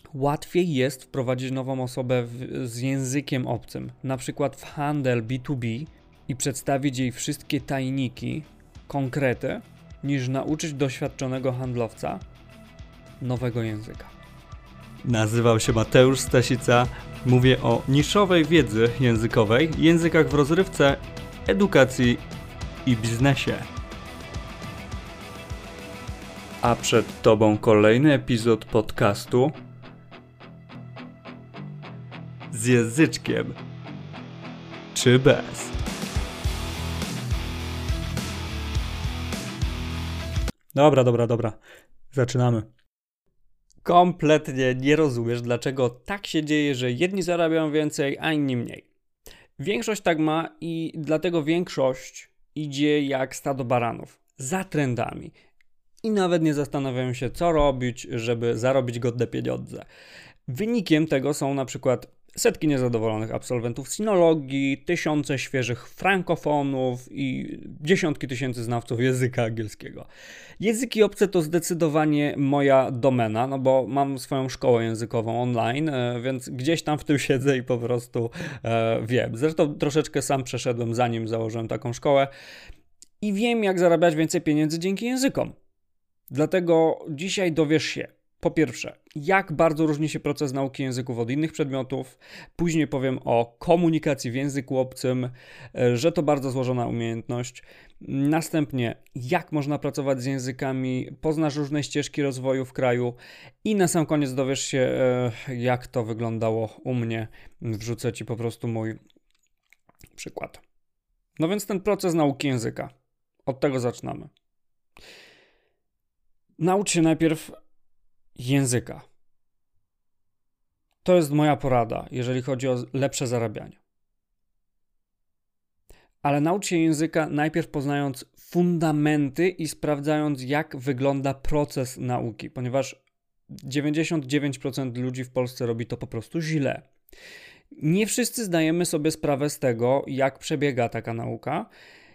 łatwiej jest wprowadzić nową osobę z językiem obcym, na przykład w handel B2B i przedstawić jej wszystkie tajniki, konkrety, niż nauczyć doświadczonego handlowca nowego języka. Nazywam się Mateusz Stasica, mówię o niszowej wiedzy językowej, językach w rozrywce, edukacji i biznesie. A przed Tobą kolejny epizod podcastu z języczkiem czy bez. Dobra. Zaczynamy. Kompletnie nie rozumiesz, dlaczego tak się dzieje, że jedni zarabiają więcej, a inni mniej. Większość tak ma i dlatego większość idzie jak stado baranów, za trendami. I nawet nie zastanawiają się, co robić, żeby zarobić godne pieniądze. Wynikiem tego są na przykład setki niezadowolonych absolwentów sinologii, tysiące świeżych frankofonów i dziesiątki tysięcy znawców języka angielskiego. Języki obce to zdecydowanie moja domena, no bo mam swoją szkołę językową online, więc gdzieś tam w tym siedzę i po prostu wiem. Zresztą troszeczkę sam przeszedłem, zanim założyłem taką szkołę i wiem, jak zarabiać więcej pieniędzy dzięki językom. Dlatego dzisiaj dowiesz się, po pierwsze, jak bardzo różni się proces nauki języków od innych przedmiotów. Później powiem o komunikacji w języku obcym, że to bardzo złożona umiejętność. Następnie, jak można pracować z językami, poznasz różne ścieżki rozwoju w kraju i na sam koniec dowiesz się, jak to wyglądało u mnie. Wrzucę Ci po prostu mój przykład. No więc ten proces nauki języka. Od tego zaczynamy. Naucz się najpierw języka. To jest moja porada, jeżeli chodzi o lepsze zarabianie. Ale naucz się języka najpierw poznając fundamenty i sprawdzając, jak wygląda proces nauki, ponieważ 99% ludzi w Polsce robi to po prostu źle. Nie wszyscy zdajemy sobie sprawę z tego, jak przebiega taka nauka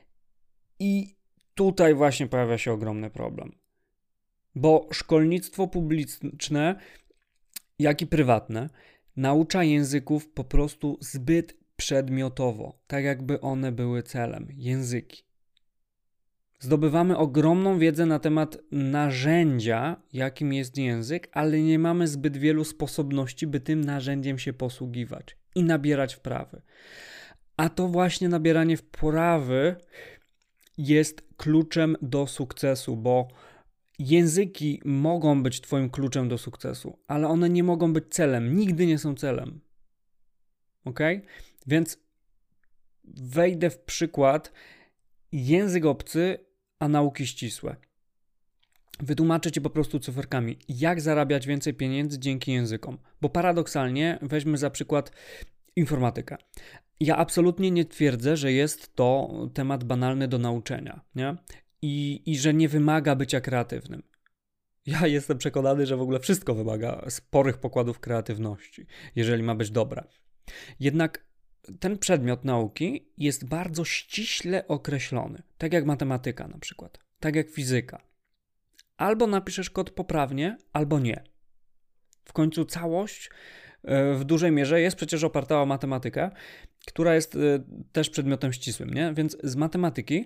i tutaj właśnie pojawia się ogromny problem. Bo szkolnictwo publiczne, jak i prywatne, naucza języków po prostu zbyt przedmiotowo, tak jakby one były celem, języki. Zdobywamy ogromną wiedzę na temat narzędzia, jakim jest język, ale nie mamy zbyt wielu sposobności, by tym narzędziem się posługiwać i nabierać wprawy. A to właśnie nabieranie wprawy jest kluczem do sukcesu, bo języki mogą być Twoim kluczem do sukcesu, ale one nie mogą być celem. Nigdy nie są celem. Ok? Więc wejdę w przykład język obcy, a nauki ścisłe. Wytłumaczę Ci po prostu cyferkami, jak zarabiać więcej pieniędzy dzięki językom. Bo paradoksalnie weźmy za przykład informatykę. Ja absolutnie nie twierdzę, że jest to temat banalny do nauczenia, nie? I że nie wymaga bycia kreatywnym. Ja jestem przekonany, że w ogóle wszystko wymaga sporych pokładów kreatywności, jeżeli ma być dobre. Jednak ten przedmiot nauki jest bardzo ściśle określony, tak jak matematyka na przykład, tak jak fizyka. Albo napiszesz kod poprawnie, albo nie. W końcu całość w dużej mierze jest przecież oparta o matematykę, która jest też przedmiotem ścisłym, nie? Więc z matematyki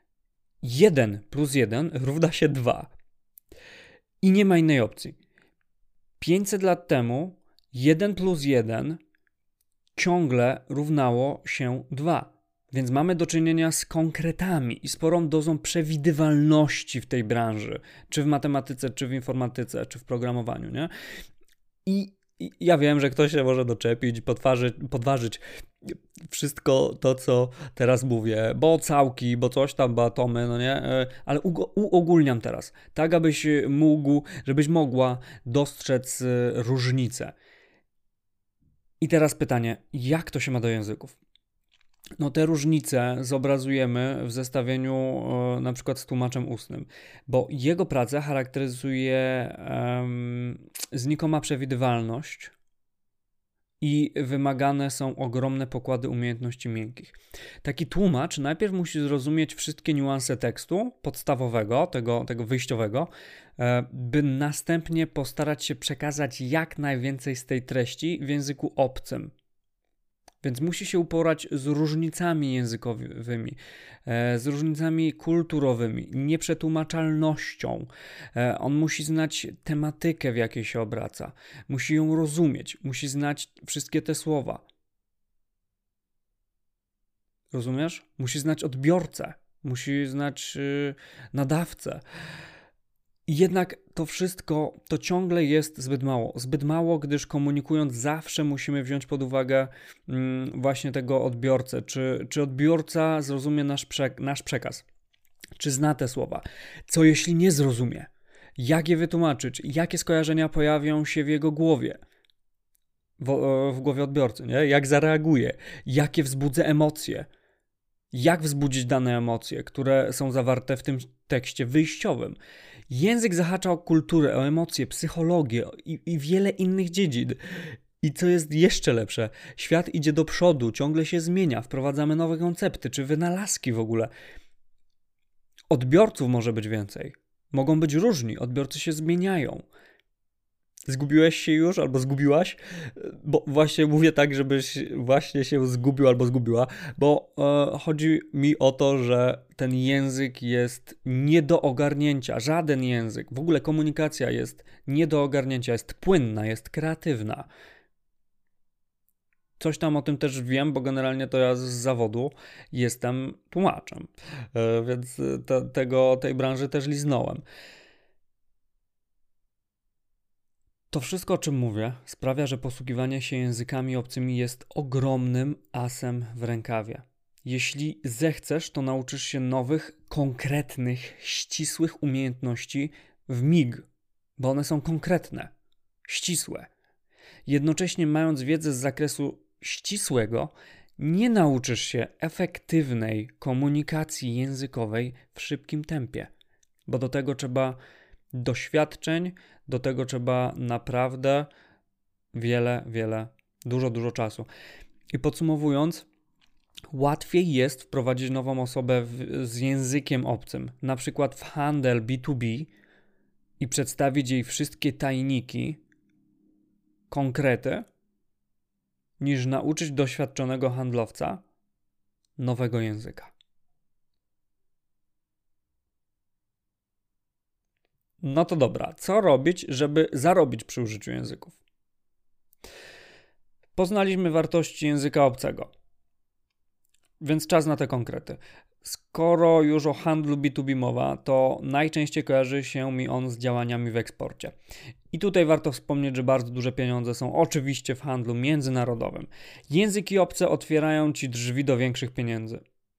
1 plus 1 równa się 2. I nie ma innej opcji. 500 lat temu 1 plus 1 ciągle równało się 2. Więc mamy do czynienia z konkretami i sporą dozą przewidywalności w tej branży. Czy w matematyce, czy w informatyce, czy w programowaniu, nie? I ja wiem, że ktoś się może doczepić, podważyć wszystko to, co teraz mówię, bo całki, bo coś tam, bo atomy, no nie? Ale uogólniam teraz, tak żebyś mogła dostrzec różnicę. I teraz pytanie, jak to się ma do języków? No te różnice zobrazujemy w zestawieniu na przykład z tłumaczem ustnym, bo jego pracę charakteryzuje znikoma przewidywalność i wymagane są ogromne pokłady umiejętności miękkich. Taki tłumacz najpierw musi zrozumieć wszystkie niuanse tekstu podstawowego, tego wyjściowego, by następnie postarać się przekazać jak najwięcej z tej treści w języku obcym. Więc musi się uporać z różnicami językowymi, z różnicami kulturowymi, nieprzetłumaczalnością. On musi znać tematykę, w jakiej się obraca. Musi ją rozumieć, musi znać wszystkie te słowa. Rozumiesz? Musi znać odbiorcę, musi znać nadawcę. Jednak to wszystko to ciągle jest zbyt mało. Zbyt mało, gdyż komunikując zawsze musimy wziąć pod uwagę właśnie tego odbiorcę. Czy odbiorca zrozumie nasz przekaz? Czy zna te słowa? Co jeśli nie zrozumie? Jak je wytłumaczyć? Jakie skojarzenia pojawią się w jego głowie? W głowie odbiorcy, nie? Jak zareaguje? Jakie wzbudzę emocje? Jak wzbudzić dane emocje, które są zawarte w tym tekście wyjściowym? Język zahacza o kulturę, o emocje, psychologię i wiele innych dziedzin. I co jest jeszcze lepsze, świat idzie do przodu, ciągle się zmienia, wprowadzamy nowe koncepty czy wynalazki w ogóle. Odbiorców może być więcej. Mogą być różni, odbiorcy się zmieniają. Zgubiłeś się już albo zgubiłaś? Bo właśnie mówię tak, żebyś właśnie się zgubił albo zgubiła, bo chodzi mi o to, że ten język jest nie do ogarnięcia. Żaden język, w ogóle komunikacja jest nie do ogarnięcia, jest płynna, jest kreatywna. Coś tam o tym też wiem, bo generalnie to ja z zawodu jestem tłumaczem, więc tej branży też liznąłem. To wszystko, o czym mówię, sprawia, że posługiwanie się językami obcymi jest ogromnym asem w rękawie. Jeśli zechcesz, to nauczysz się nowych, konkretnych, ścisłych umiejętności w mig, bo one są konkretne, ścisłe. Jednocześnie mając wiedzę z zakresu ścisłego, nie nauczysz się efektywnej komunikacji językowej w szybkim tempie, bo do tego trzeba doświadczeń, do tego trzeba naprawdę dużo czasu. I podsumowując, łatwiej jest wprowadzić nową osobę z językiem obcym, na przykład w handel B2B i przedstawić jej wszystkie tajniki, konkrety, niż nauczyć doświadczonego handlowca nowego języka. No to dobra, co robić, żeby zarobić przy użyciu języków? Poznaliśmy wartości języka obcego, więc czas na te konkrety. Skoro już o handlu B2B mowa, to najczęściej kojarzy się mi on z działaniami w eksporcie. I tutaj warto wspomnieć, że bardzo duże pieniądze są oczywiście w handlu międzynarodowym. Języki obce otwierają ci drzwi do większych pieniędzy.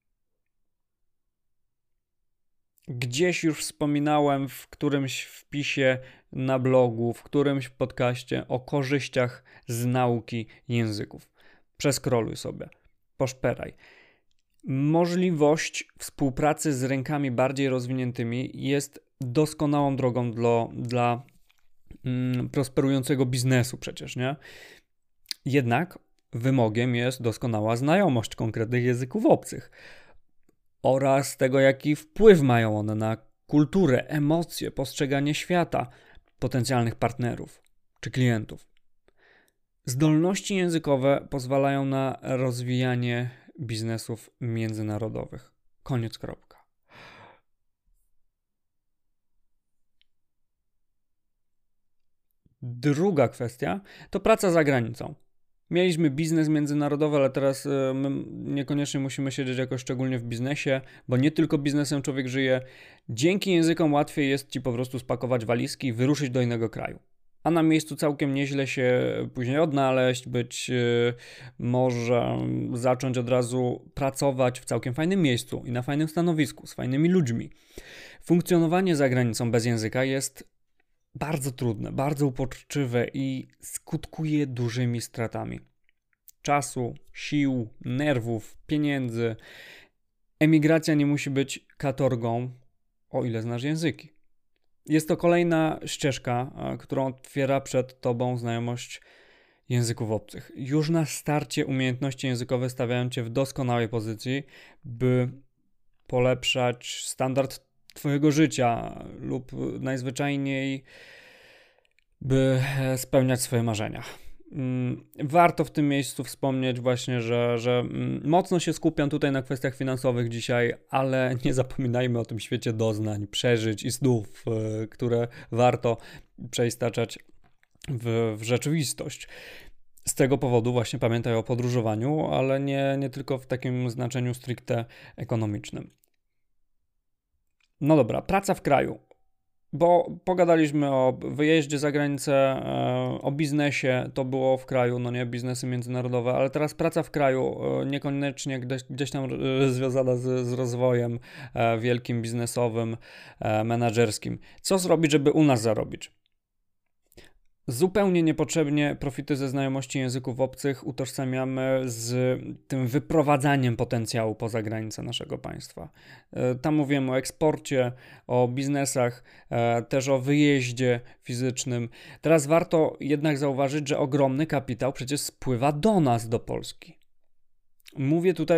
Gdzieś już wspominałem w którymś wpisie na blogu, w którymś podcaście o korzyściach z nauki języków. Przeskroluj sobie, poszperaj. Możliwość współpracy z rynkami bardziej rozwiniętymi jest doskonałą drogą dla prosperującego biznesu przecież, nie? Jednak wymogiem jest doskonała znajomość konkretnych języków obcych oraz tego, jaki wpływ mają one na kulturę, emocje, postrzeganie świata potencjalnych partnerów czy klientów. Zdolności językowe pozwalają na rozwijanie biznesów międzynarodowych. Koniec, kropka. Druga kwestia to praca za granicą. Mieliśmy biznes międzynarodowy, ale teraz my niekoniecznie musimy siedzieć jakoś szczególnie w biznesie, bo nie tylko biznesem człowiek żyje. Dzięki językom łatwiej jest ci po prostu spakować walizki i wyruszyć do innego kraju. A na miejscu całkiem nieźle się później odnaleźć, może zacząć od razu pracować w całkiem fajnym miejscu i na fajnym stanowisku, z fajnymi ludźmi. Funkcjonowanie za granicą bez języka jest bardzo trudne, bardzo uporczywe i skutkuje dużymi stratami czasu, sił, nerwów, pieniędzy. Emigracja nie musi być katorgą, o ile znasz języki. Jest to kolejna ścieżka, którą otwiera przed tobą znajomość języków obcych. Już na starcie umiejętności językowe stawiają cię w doskonałej pozycji, by polepszać standard twojego życia lub najzwyczajniej, by spełniać swoje marzenia. Warto w tym miejscu wspomnieć właśnie, że mocno się skupiam tutaj na kwestiach finansowych dzisiaj, ale nie zapominajmy o tym świecie doznań, przeżyć i snów, które warto przeistaczać w rzeczywistość. Z tego powodu właśnie pamiętaj o podróżowaniu, ale nie tylko w takim znaczeniu stricte ekonomicznym. No dobra, praca w kraju. Bo pogadaliśmy o wyjeździe za granicę, o biznesie, to było w kraju, no nie, biznesy międzynarodowe, ale teraz praca w kraju, niekoniecznie gdzieś tam związana z rozwojem wielkim, biznesowym, menadżerskim. Co zrobić, żeby u nas zarobić? Zupełnie niepotrzebnie profity ze znajomości języków obcych utożsamiamy z tym wyprowadzaniem potencjału poza granice naszego państwa. Tam mówiłem o eksporcie, o biznesach, też o wyjeździe fizycznym. Teraz warto jednak zauważyć, że ogromny kapitał przecież spływa do nas, do Polski. Mówię tutaj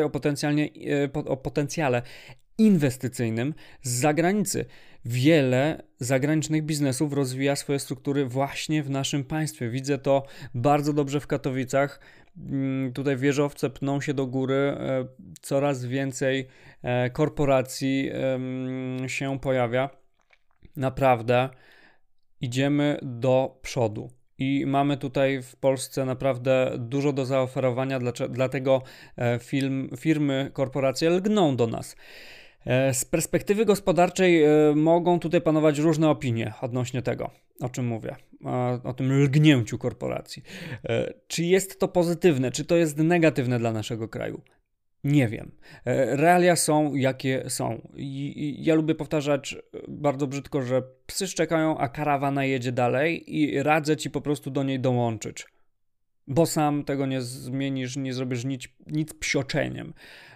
o potencjale inwestycyjnym z zagranicy. Wiele zagranicznych biznesów rozwija swoje struktury właśnie w naszym państwie. Widzę to bardzo dobrze w Katowicach. Tutaj wieżowce pną się do góry, coraz więcej korporacji się pojawia. Naprawdę idziemy do przodu. I mamy tutaj w Polsce naprawdę dużo do zaoferowania, dlatego firmy, korporacje lgną do nas. Z perspektywy gospodarczej mogą tutaj panować różne opinie odnośnie tego, o czym mówię, o tym lgnięciu korporacji. Czy jest to pozytywne, czy to jest negatywne dla naszego kraju? Nie wiem. Realia są, jakie są. I ja lubię powtarzać bardzo brzydko, że psy szczekają, a karawana jedzie dalej i radzę ci po prostu do niej dołączyć. Bo sam tego nie zmienisz, nie zrobisz nic psioczeniem.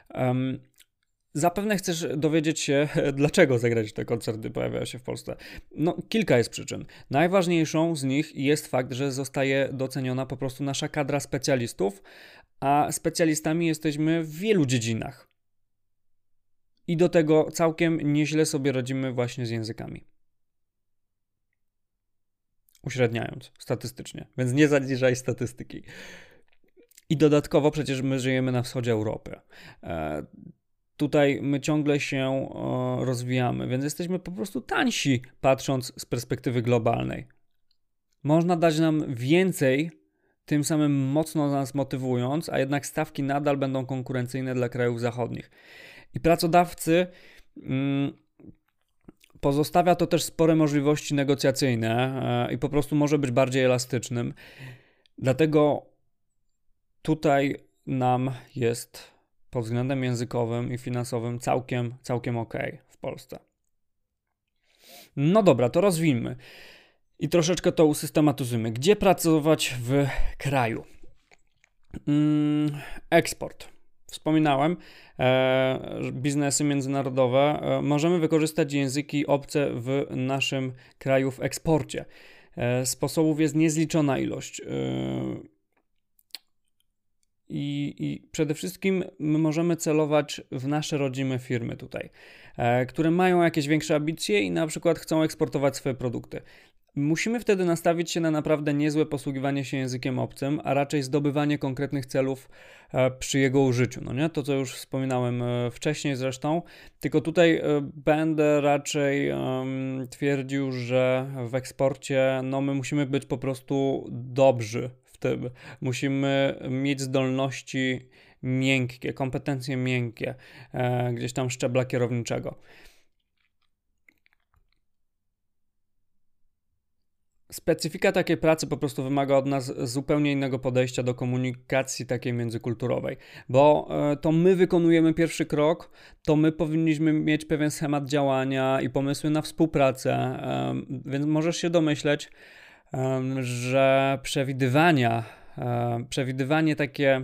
Zapewne chcesz dowiedzieć się, dlaczego zagraniczne koncerty pojawiają się w Polsce. No, kilka jest przyczyn. Najważniejszą z nich jest fakt, że zostaje doceniona po prostu nasza kadra specjalistów, a specjalistami jesteśmy w wielu dziedzinach. I do tego całkiem nieźle sobie radzimy właśnie z językami. Uśredniając statystycznie, więc nie zaniżaj statystyki. I dodatkowo przecież my żyjemy na wschodzie Europy. Tutaj my ciągle się rozwijamy, więc jesteśmy po prostu tańsi, patrząc z perspektywy globalnej. Można dać nam więcej, tym samym mocno nas motywując, a jednak stawki nadal będą konkurencyjne dla krajów zachodnich. I pracodawcy pozostawia to też spore możliwości negocjacyjne i po prostu może być bardziej elastycznym. Dlatego tutaj nam jest pod względem językowym i finansowym całkiem okej w Polsce. No dobra, to rozwijmy i troszeczkę to usystematyzujmy. Gdzie pracować w kraju? Eksport. Wspominałem, biznesy międzynarodowe. Możemy wykorzystać języki obce w naszym kraju w eksporcie. Sposobów jest niezliczona ilość. I przede wszystkim my możemy celować w nasze rodzime firmy tutaj, które mają jakieś większe ambicje i na przykład chcą eksportować swoje produkty. Musimy wtedy nastawić się na naprawdę niezłe posługiwanie się językiem obcym, a raczej zdobywanie konkretnych celów przy jego użyciu. No nie? To, co już wspominałem wcześniej zresztą, tylko tutaj będę raczej twierdził, że w eksporcie my musimy być po prostu dobrzy w tym. Musimy mieć zdolności miękkie, kompetencje miękkie, gdzieś tam szczebla kierowniczego. Specyfika takiej pracy po prostu wymaga od nas zupełnie innego podejścia do komunikacji takiej międzykulturowej, bo to my wykonujemy pierwszy krok, to my powinniśmy mieć pewien schemat działania i pomysły na współpracę, więc możesz się domyśleć, że przewidywanie takie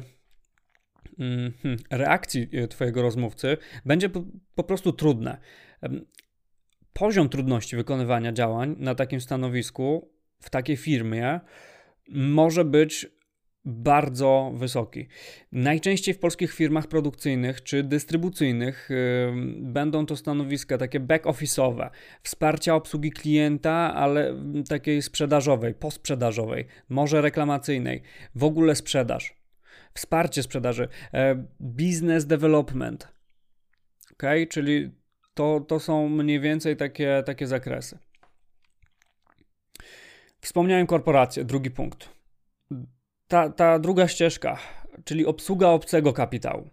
reakcji twojego rozmówcy będzie po prostu trudne. Poziom trudności wykonywania działań na takim stanowisku, w takiej firmie może być bardzo wysoki. Najczęściej w polskich firmach produkcyjnych czy dystrybucyjnych będą to stanowiska takie back-office'owe, wsparcia obsługi klienta, ale takiej sprzedażowej, posprzedażowej, może reklamacyjnej, w ogóle sprzedaż, wsparcie sprzedaży, business development, okay? Czyli to są mniej więcej takie zakresy. Wspomniałem korporację, drugi punkt. Ta druga ścieżka, czyli obsługa obcego kapitału.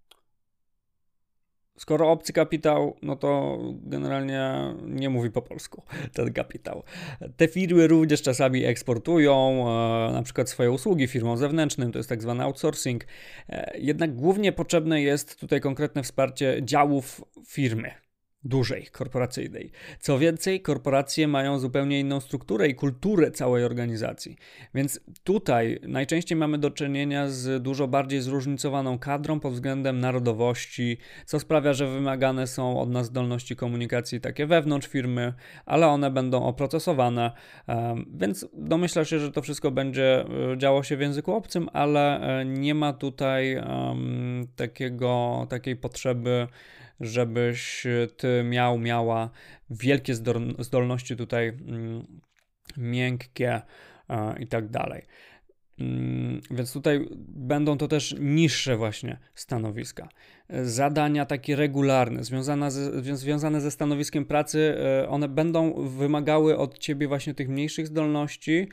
Skoro obcy kapitał, no to generalnie nie mówi po polsku ten kapitał. Te firmy również czasami eksportują na przykład swoje usługi firmom zewnętrznym, to jest tak zwany outsourcing. Jednak głównie potrzebne jest tutaj konkretne wsparcie działów firmy. Dużej, korporacyjnej. Co więcej, korporacje mają zupełnie inną strukturę i kulturę całej organizacji. Więc tutaj najczęściej mamy do czynienia z dużo bardziej zróżnicowaną kadrą pod względem narodowości, co sprawia, że wymagane są od nas zdolności komunikacji takie wewnątrz firmy, ale one będą oprocesowane, więc domyślam się, że to wszystko będzie działo się w języku obcym, ale nie ma tutaj takiej potrzeby, żebyś ty miała wielkie zdolności tutaj miękkie i tak dalej. Więc tutaj będą to też niższe właśnie stanowiska. Zadania takie regularne, związane ze stanowiskiem pracy, one będą wymagały od ciebie właśnie tych mniejszych zdolności.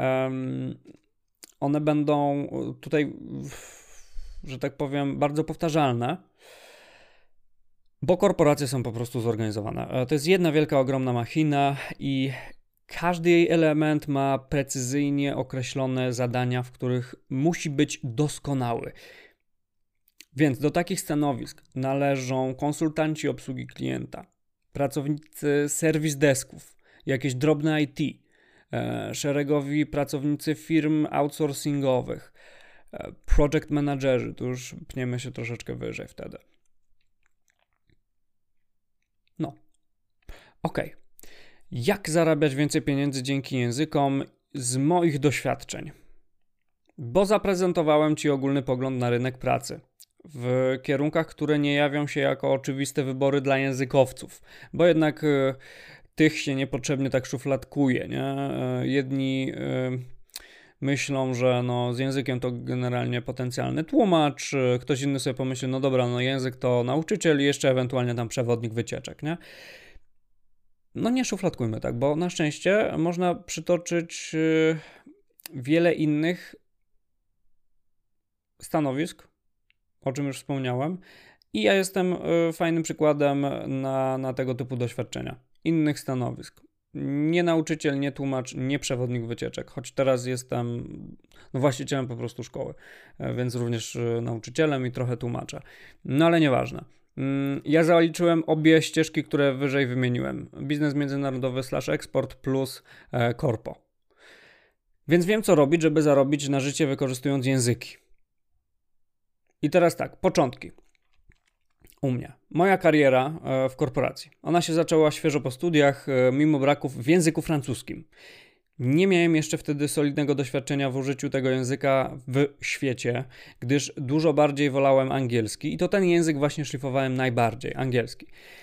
One będą tutaj, że tak powiem, bardzo powtarzalne, bo korporacje są po prostu zorganizowane. To jest jedna wielka, ogromna machina i każdy jej element ma precyzyjnie określone zadania, w których musi być doskonały. Więc do takich stanowisk należą konsultanci obsługi klienta, pracownicy serwis desków, jakieś drobne IT, szeregowi pracownicy firm outsourcingowych, project managerzy, tu już pniemy się troszeczkę wyżej wtedy. No, okej. Jak zarabiać więcej pieniędzy dzięki językom z moich doświadczeń? Bo zaprezentowałem Ci ogólny pogląd na rynek pracy w kierunkach, które nie jawią się jako oczywiste wybory dla językowców, bo jednak tych się niepotrzebnie tak szufladkuje, nie? Jedni myślą, że z językiem to generalnie potencjalny tłumacz, ktoś inny sobie pomyśli, no dobra, język to nauczyciel i jeszcze ewentualnie tam przewodnik wycieczek, nie? No nie szufladkujmy tak, bo na szczęście można przytoczyć wiele innych stanowisk, o czym już wspomniałem, i ja jestem fajnym przykładem na tego typu doświadczenia. Innych stanowisk. Nie nauczyciel, nie tłumacz, nie przewodnik wycieczek, choć teraz jestem właścicielem po prostu szkoły, więc również nauczycielem i trochę tłumaczę. No ale nieważne. Ja zaliczyłem obie ścieżki, które wyżej wymieniłem. Biznes międzynarodowy /eksport plus korpo. Więc wiem, co robić, żeby zarobić na życie wykorzystując języki. I teraz tak, początki. U mnie. Moja kariera w korporacji. Ona się zaczęła świeżo po studiach, mimo braków w języku francuskim. Nie miałem jeszcze wtedy solidnego doświadczenia w użyciu tego języka w świecie, gdyż dużo bardziej wolałem angielski i to ten język właśnie szlifowałem najbardziej, angielski.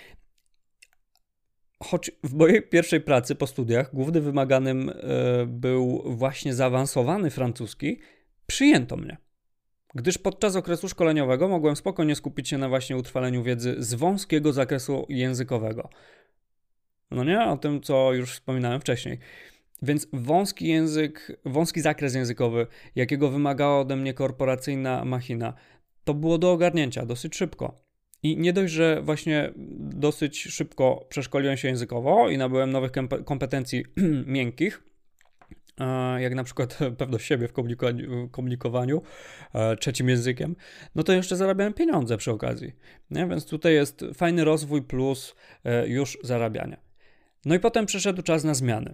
Choć w mojej pierwszej pracy po studiach głównym wymaganym był właśnie zaawansowany francuski, przyjęto mnie. Gdyż podczas okresu szkoleniowego mogłem spokojnie skupić się na właśnie utrwaleniu wiedzy z wąskiego zakresu językowego. No nie? O tym, co już wspominałem wcześniej. Więc wąski zakres językowy, jakiego wymagała ode mnie korporacyjna machina, to było do ogarnięcia dosyć szybko. I nie dość, że właśnie dosyć szybko przeszkoliłem się językowo i nabyłem nowych kompetencji miękkich, jak na przykład pewność siebie w komunikowaniu trzecim językiem, no to jeszcze zarabiałem pieniądze przy okazji. Nie? Więc tutaj jest fajny rozwój plus już zarabianie. No i potem przyszedł czas na zmiany.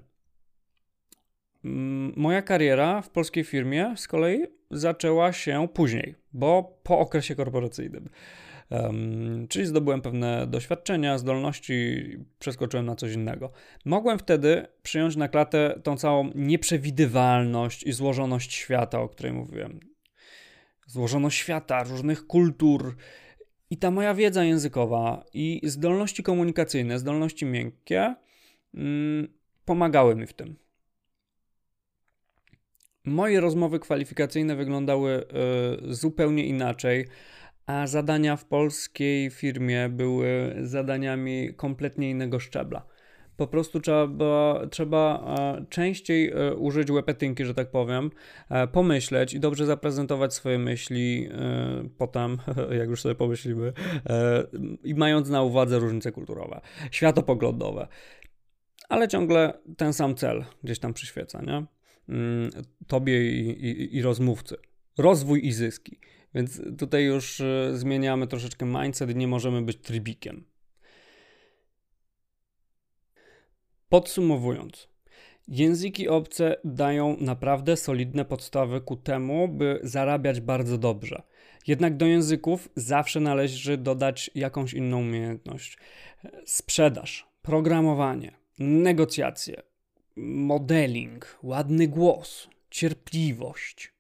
Moja kariera w polskiej firmie z kolei zaczęła się później, bo po okresie korporacyjnym. Czyli zdobyłem pewne doświadczenia, zdolności, przeskoczyłem na coś innego. Mogłem wtedy przyjąć na klatę tą całą nieprzewidywalność i złożoność świata, o której mówiłem. Złożoność świata, różnych kultur i ta moja wiedza językowa i zdolności komunikacyjne, zdolności miękkie pomagały mi w tym. Moje rozmowy kwalifikacyjne wyglądały zupełnie inaczej, a zadania w polskiej firmie były zadaniami kompletnie innego szczebla. Po prostu trzeba częściej użyć łepetynki, że tak powiem, pomyśleć i dobrze zaprezentować swoje myśli potem, jak już sobie pomyślimy, i mając na uwadze różnice kulturowe, światopoglądowe. Ale ciągle ten sam cel gdzieś tam przyświeca, nie? Tobie i rozmówcy. Rozwój i zyski. Więc tutaj już zmieniamy troszeczkę mindset i nie możemy być trybikiem. Podsumowując, języki obce dają naprawdę solidne podstawy ku temu, by zarabiać bardzo dobrze. Jednak do języków zawsze należy dodać jakąś inną umiejętność. Sprzedaż, programowanie, negocjacje, modeling, ładny głos, cierpliwość.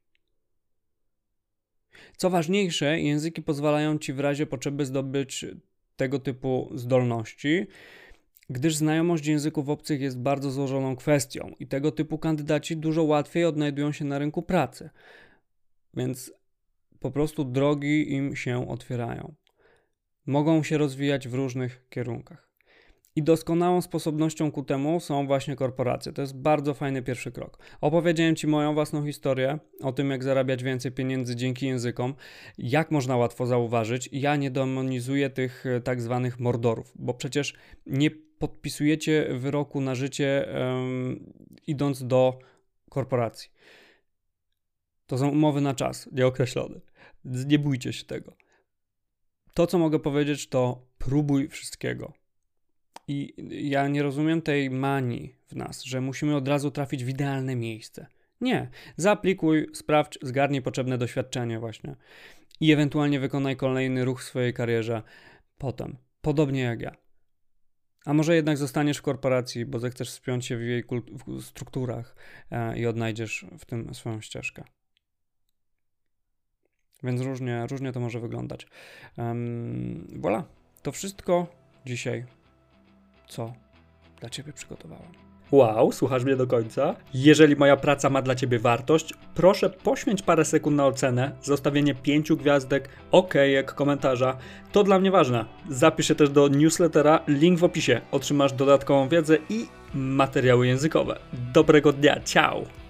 Co ważniejsze, języki pozwalają Ci w razie potrzeby zdobyć tego typu zdolności, gdyż znajomość języków obcych jest bardzo złożoną kwestią i tego typu kandydaci dużo łatwiej odnajdują się na rynku pracy. Więc po prostu drogi im się otwierają. Mogą się rozwijać w różnych kierunkach. I doskonałą sposobnością ku temu są właśnie korporacje. To jest bardzo fajny pierwszy krok. Opowiedziałem Ci moją własną historię o tym, jak zarabiać więcej pieniędzy dzięki językom, jak można łatwo zauważyć. Ja nie demonizuję tych tak zwanych mordorów, bo przecież nie podpisujecie wyroku na życie idąc do korporacji. To są umowy na czas, nieokreślony. Nie bójcie się tego. To, co mogę powiedzieć, to próbuj wszystkiego. I ja nie rozumiem tej manii w nas, że musimy od razu trafić w idealne miejsce. Nie. Zaaplikuj, sprawdź, zgarnij potrzebne doświadczenie właśnie i ewentualnie wykonaj kolejny ruch w swojej karierze potem. Podobnie jak ja. A może jednak zostaniesz w korporacji, bo zechcesz wspiąć się w jej strukturach i odnajdziesz w tym swoją ścieżkę. Więc różnie to może wyglądać. Voilà. To wszystko dzisiaj, co dla Ciebie przygotowałem. Wow, słuchasz mnie do końca? Jeżeli moja praca ma dla Ciebie wartość, proszę poświęć parę sekund na ocenę, zostawienie 5 gwiazdek, okejek, komentarza. To dla mnie ważne. Zapisz się też do newslettera, link w opisie. Otrzymasz dodatkową wiedzę i materiały językowe. Dobrego dnia, ciao!